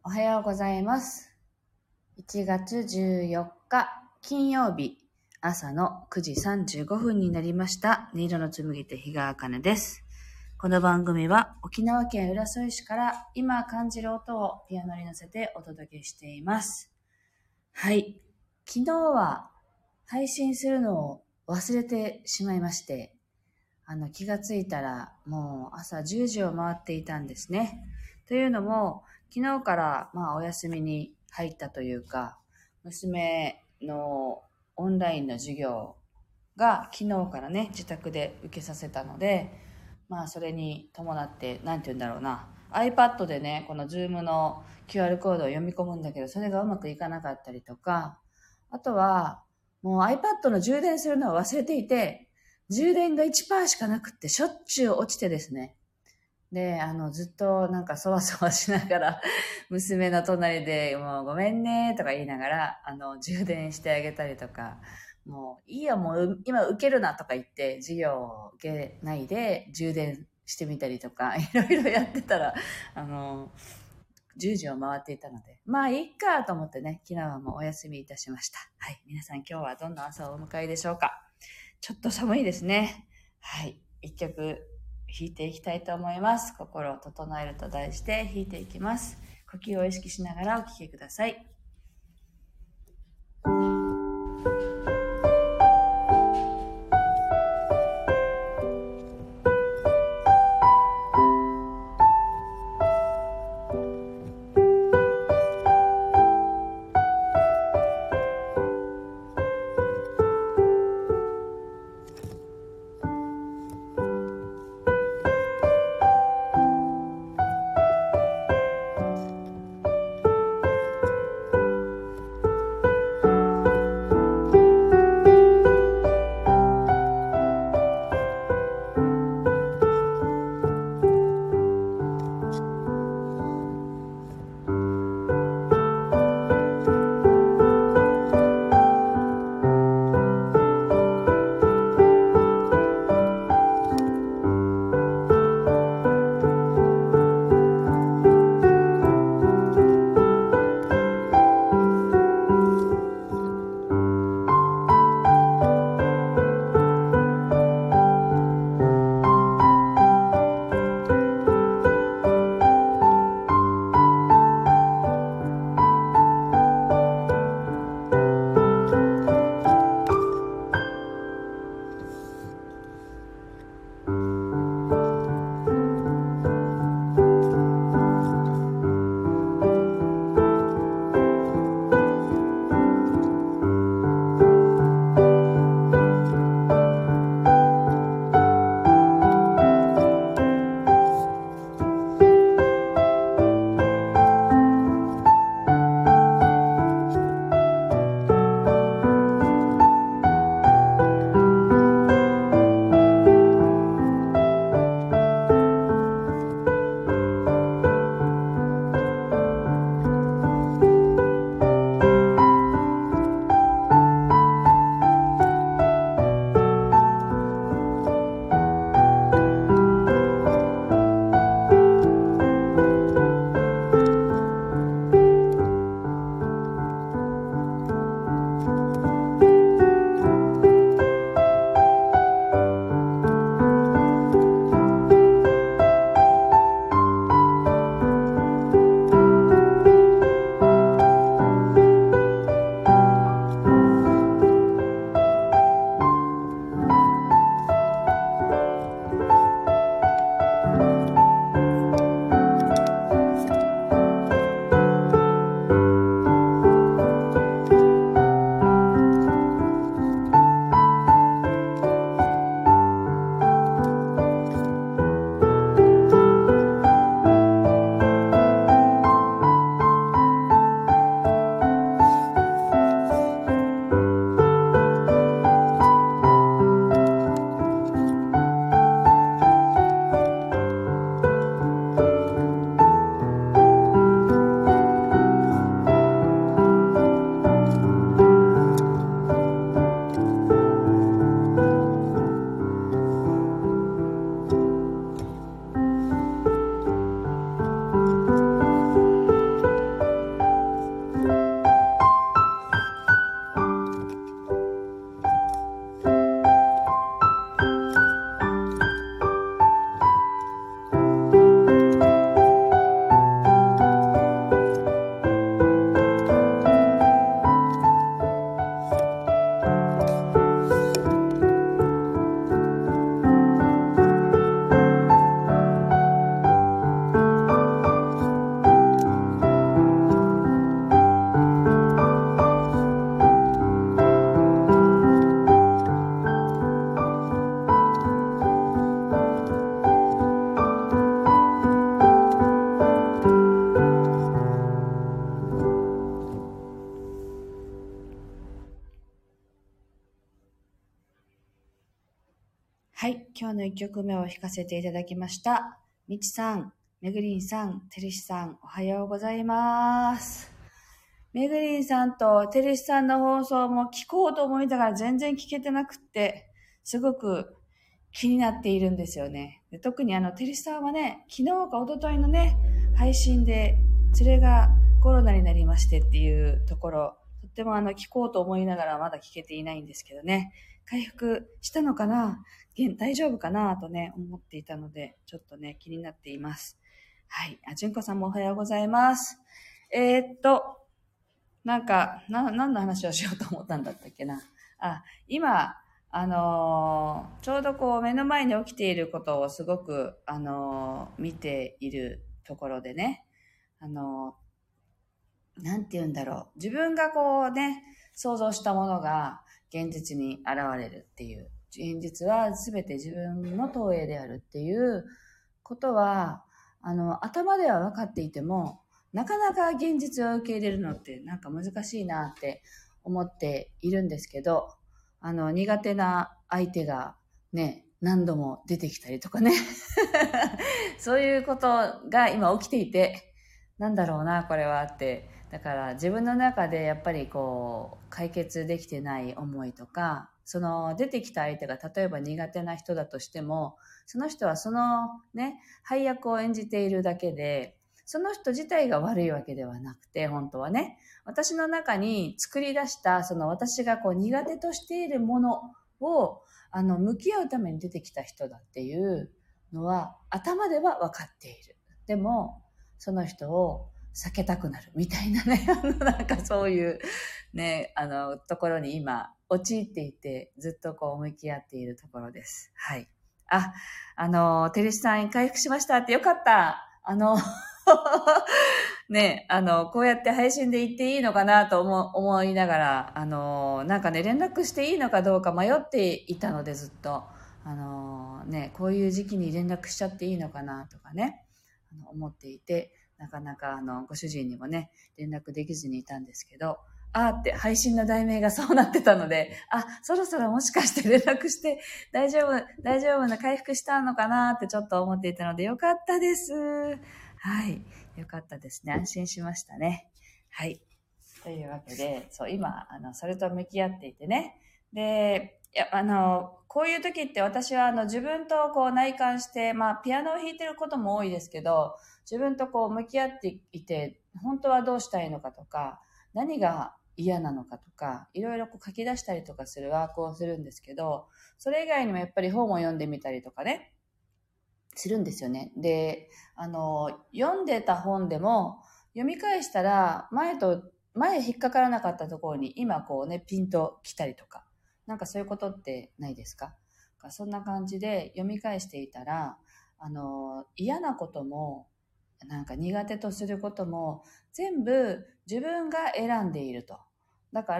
おはようございます。1月14日金曜日朝の9時35分になりました。音色の紡手日川茜です。この番組は沖縄県浦添市から今感じる音をピアノに乗せてお届けしています。はい。昨日は配信するのを忘れてしまいまして、気がついたらもう朝10時を回っていたんですね。というのも、昨日からお休みに入ったというか、娘のオンラインの授業が昨日からね、自宅で受けさせたので、それに伴って、iPad でね、この Zoom の QR コードを読み込むんだけど、それがうまくいかなかったりとか、あとは、もう iPad の充電するのを忘れていて、充電が 1% しかなくってしょっちゅう落ちてですね。で、ずっとそわそわしながら、娘の隣でもうごめんねとか言いながら、充電してあげたりとか、もういいよ、もう今受けるなとか言って、授業を受けないで充電してみたりとか、いろいろやってたら、10時を回っていたので、いいかと思ってね、昨日はもうお休みいたしました。はい。皆さん今日はどんな朝をお迎えでしょうか？ちょっと寒いですね。はい。一曲弾いていきたいと思います。心を整えると題して弾いていきます。呼吸を意識しながらお聴きください。 はい、今日の1曲目を弾かせていただきました。みちさん、めぐりんさん、てるしさん、おはようございます。めぐりんさんとてるしさんの放送も聞こうと思いながら全然聞けてなくって、すごく気になっているんですよね。で、特にてるしさんはね、昨日か一昨日のね、配信で連れがコロナになりましてっていうところ、とっても聞こうと思いながらまだ聞けていないんですけどね、回復したのかな、大丈夫かなとね、思っていたので、ちょっとね、気になっています。はい。じゅんこさんもおはようございます。何の話をしようと思ったんだったっけな。今、ちょうどこう目の前に起きていることをすごく、見ているところでね、なんて言うんだろう。自分がこうね、想像したものが現実に現れるっていう。現実は全て自分の投影であるっていうことは、頭では分かっていても、なかなか現実を受け入れるのってなんか難しいなって思っているんですけど、苦手な相手がね、何度も出てきたりとかね。そういうことが今起きていて、なんだろうな、これはって。だから自分の中でやっぱりこう、解決できてない思いとか、その出てきた相手が例えば苦手な人だとしても、その人はそのね、配役を演じているだけで、その人自体が悪いわけではなくて、本当はね、私の中に作り出した、その私がこう苦手としているものを、向き合うために出てきた人だっていうのは、頭では分かっている。でも、その人を避けたくなるみたいなね、なんかそういうね、ところに今、陥っていて、ずっとこう向き合っているところです。はい。てるしさん回復しましたってよかった。ね、こうやって配信で言っていいのかなと思いながら、なんかね、連絡していいのかどうか迷っていたのでずっと、ね、こういう時期に連絡しちゃっていいのかなとかね、思っていて、なかなかご主人にもね、連絡できずにいたんですけど、って配信の題名がそうなってたので、そろそろもしかして連絡して大丈夫な回復したのかなってちょっと思っていたのでよかったです。はい。よかったですね。安心しましたね。はい。というわけで、そう、今、それと向き合っていてね。で、こういう時って私は自分とこう内観して、ピアノを弾いてることも多いですけど、自分とこう向き合っていて、本当はどうしたいのかとか、何が嫌なのかとか、いろいろこう書き出したりとかするワークをするんですけど、それ以外にもやっぱり本を読んでみたりとかね、するんですよね。で、読んでた本でも、読み返したら、前引っかからなかったところに、今こうね、ピンと来たりとか、なんかそういうことってないですか？そんな感じで読み返していたら、嫌なことも、なんか苦手とすることも、全部自分が選んでいると。だから、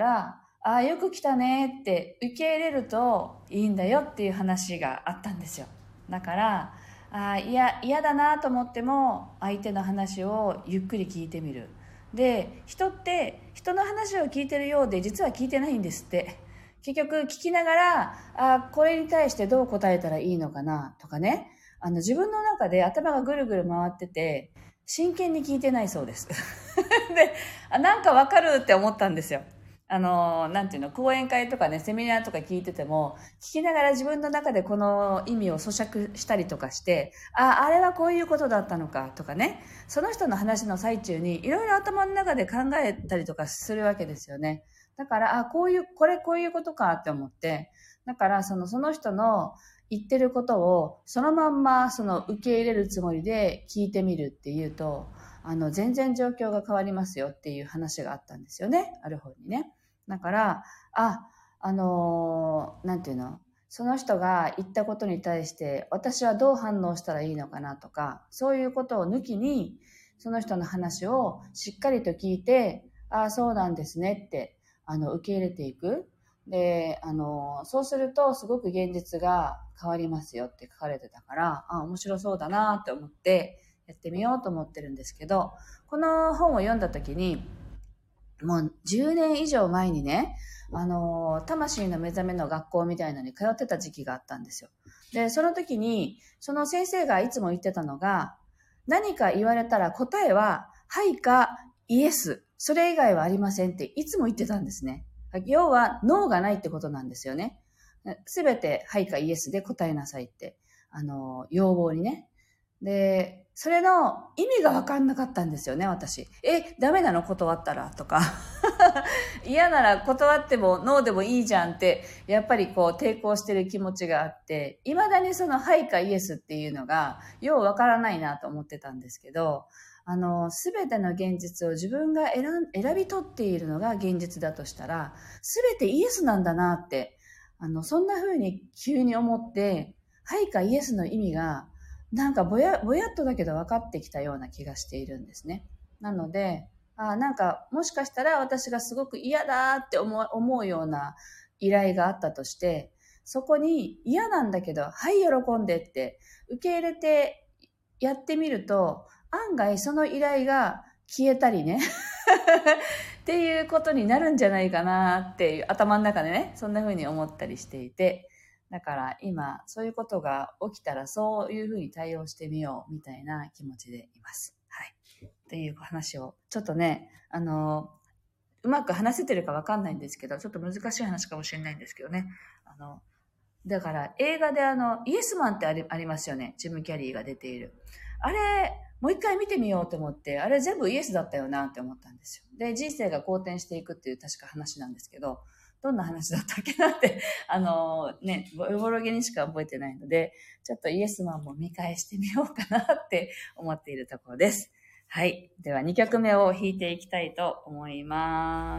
よく来たねって受け入れるといいんだよっていう話があったんですよ。だから、嫌だなと思っても相手の話をゆっくり聞いてみる。で、人って人の話を聞いてるようで実は聞いてないんですって。結局聞きながら、これに対してどう答えたらいいのかなとかね、自分の中で頭がぐるぐる回ってて真剣に聞いてないそうです。で、なんかわかるって思ったんですよ。なんていうの、講演会とかね、セミナーとか聞いてても、聞きながら自分の中でこの意味を咀嚼したりとかして、あれはこういうことだったのかとかね、その人の話の最中にいろいろ頭の中で考えたりとかするわけですよね。だから、こういうことかって思って、だからその人の言ってることをそのまんま受け入れるつもりで聞いてみるっていうと、全然状況が変わりますよっていう話があったんですよね。ある方にね。だから、なんていうの、その人が言ったことに対して私はどう反応したらいいのかなとか、そういうことを抜きに、その人の話をしっかりと聞いて、そうなんですねって、受け入れていく。で、そうするとすごく現実が変わりますよって書かれてたから、面白そうだなって思ってやってみようと思ってるんですけど、この本を読んだ時に、 もう10年以上前にね、魂の目覚めの学校みたいなのに通ってた時期があったんですよ。で、その時に、その先生がいつも言ってたのが、何か言われたら答えは、はいかイエス。それ以外はありませんっていつも言ってたんですね。要は、ノーがないってことなんですよね。すべて、はいかイエスで答えなさいって、要望にね。で、それの意味がわかんなかったんですよね、私。ダメなの断ったらとか。嫌なら断ってもノーでもいいじゃんって、やっぱりこう抵抗してる気持ちがあって、未だにそのはいかイエスっていうのが、ようわからないなと思ってたんですけど、すべての現実を自分が選び取っているのが現実だとしたら、すべてイエスなんだなって、そんな風に急に思って、はいかイエスの意味が、なんかぼやっとだけど分かってきたような気がしているんですね。なので、なんかもしかしたら私がすごく嫌だって思うような依頼があったとして、そこに嫌なんだけど、はい、喜んでって受け入れてやってみると、案外その依頼が消えたりねっていうことになるんじゃないかなっていう頭の中でね、そんな風に思ったりしていて、だから今そういうことが起きたらそういう風に対応してみようみたいな気持ちでいます。はい。っていう話をちょっとね、うまく話せてるかわかんないんですけど、ちょっと難しい話かもしれないんですけどね。だから映画でイエスマンってありますよね。ジム・キャリーが出ている。あれ、もう一回見てみようと思って、あれ全部イエスだったよなって思ったんですよ。で、人生が好転していくっていう確か話なんですけど、どんな話だったっけなって、ボロボロげにしか覚えてないので、ちょっとイエスマンも見返してみようかなって思っているところです。はい。では2曲目を弾いていきたいと思います。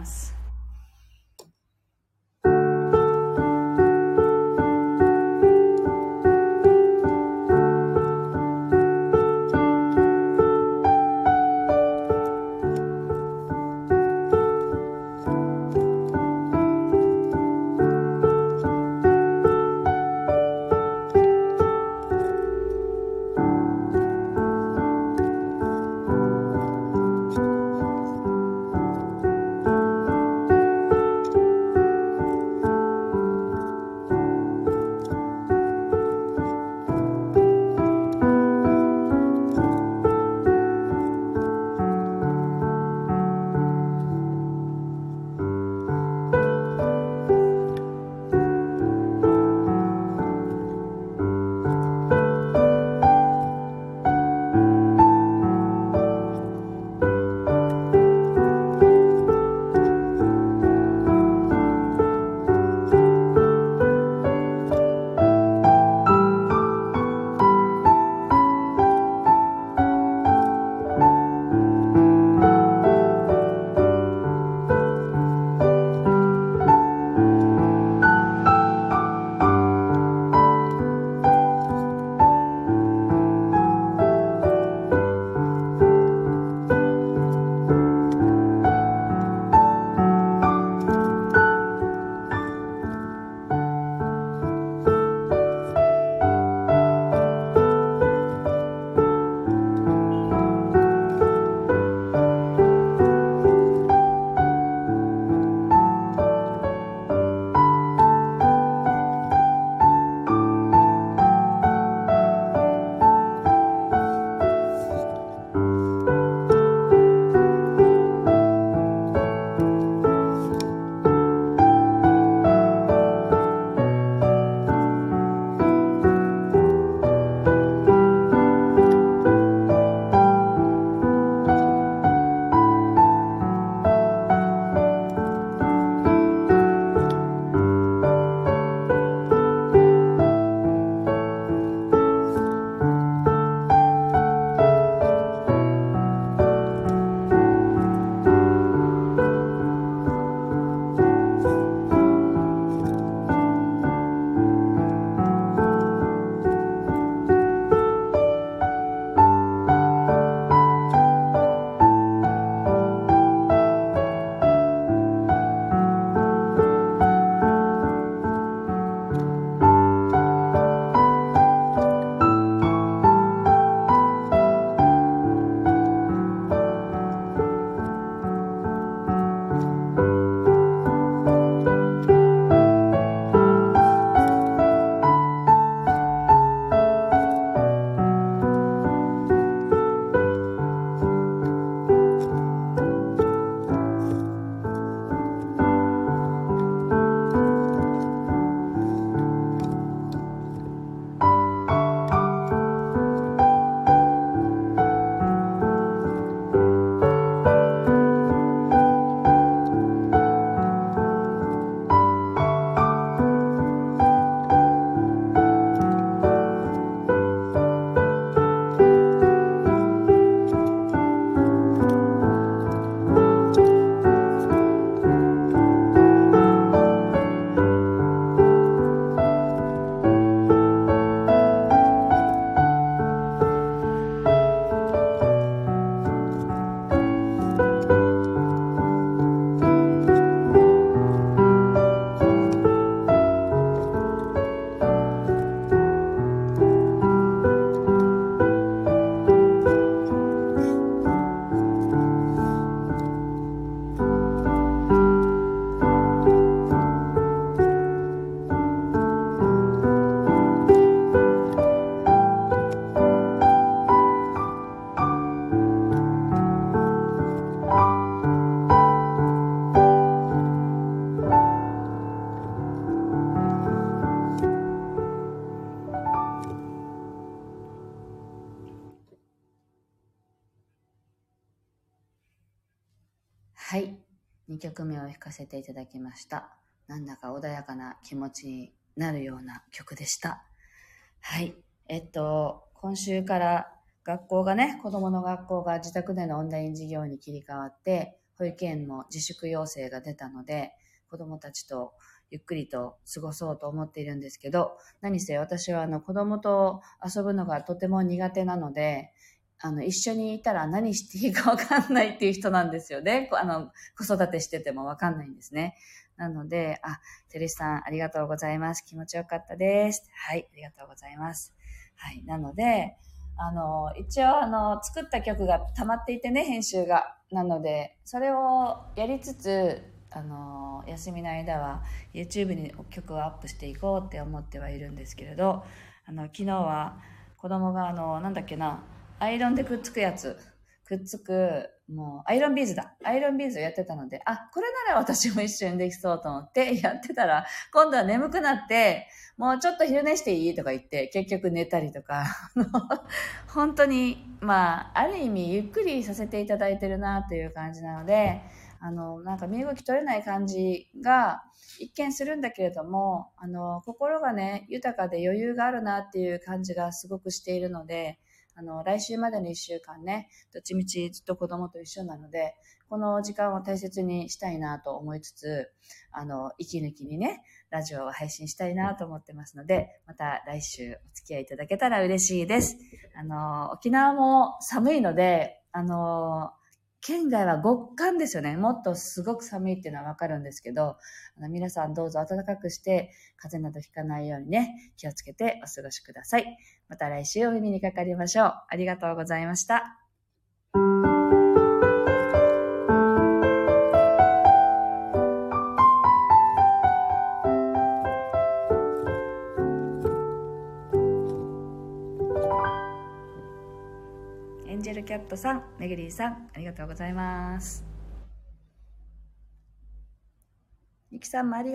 はい。2曲目を弾かせていただきました。なんだか穏やかな気持ちになるような曲でした。はい。今週から学校がね、子供の学校が自宅でのオンライン授業に切り替わって、保育園も自粛要請が出たので、子供たちとゆっくりと過ごそうと思っているんですけど、何せ私は子供と遊ぶのがとても苦手なので、一緒にいたら何していいかわかんないっていう人なんですよね。子育てしててもわかんないんですね。なので、テレスさんありがとうございます。気持ちよかったです。はい、ありがとうございます。はい、なので、一応作った曲が溜まっていてね、編集が。なので、それをやりつつ、休みの間は YouTube に曲をアップしていこうって思ってはいるんですけれど、昨日は子供がなんだっけな、アイロンでくっつくやつ、くっつく、もう、アイロンビーズだ。アイロンビーズをやってたので、これなら私も一緒にできそうと思ってやってたら、今度は眠くなって、もうちょっと昼寝していいとか言って、結局寝たりとか、本当に、ある意味ゆっくりさせていただいてるなという感じなので、なんか身動き取れない感じが一見するんだけれども、心がね、豊かで余裕があるなっていう感じがすごくしているので、来週までの1週間ね、どっちみちずっと子供と一緒なので、この時間を大切にしたいなと思いつつ、息抜きにね、ラジオを配信したいなと思ってますので、また来週お付き合いいただけたら嬉しいです。沖縄も寒いので、県外は極寒ですよね。もっとすごく寒いっていうのはわかるんですけど、皆さんどうぞ暖かくして、風邪などひかないようにね、気をつけてお過ごしください。また来週お耳にかかりましょう。ありがとうございました。エンジェルキャットさん、めぐりーさん、ありがとうございます。ゆきさんもありがとう。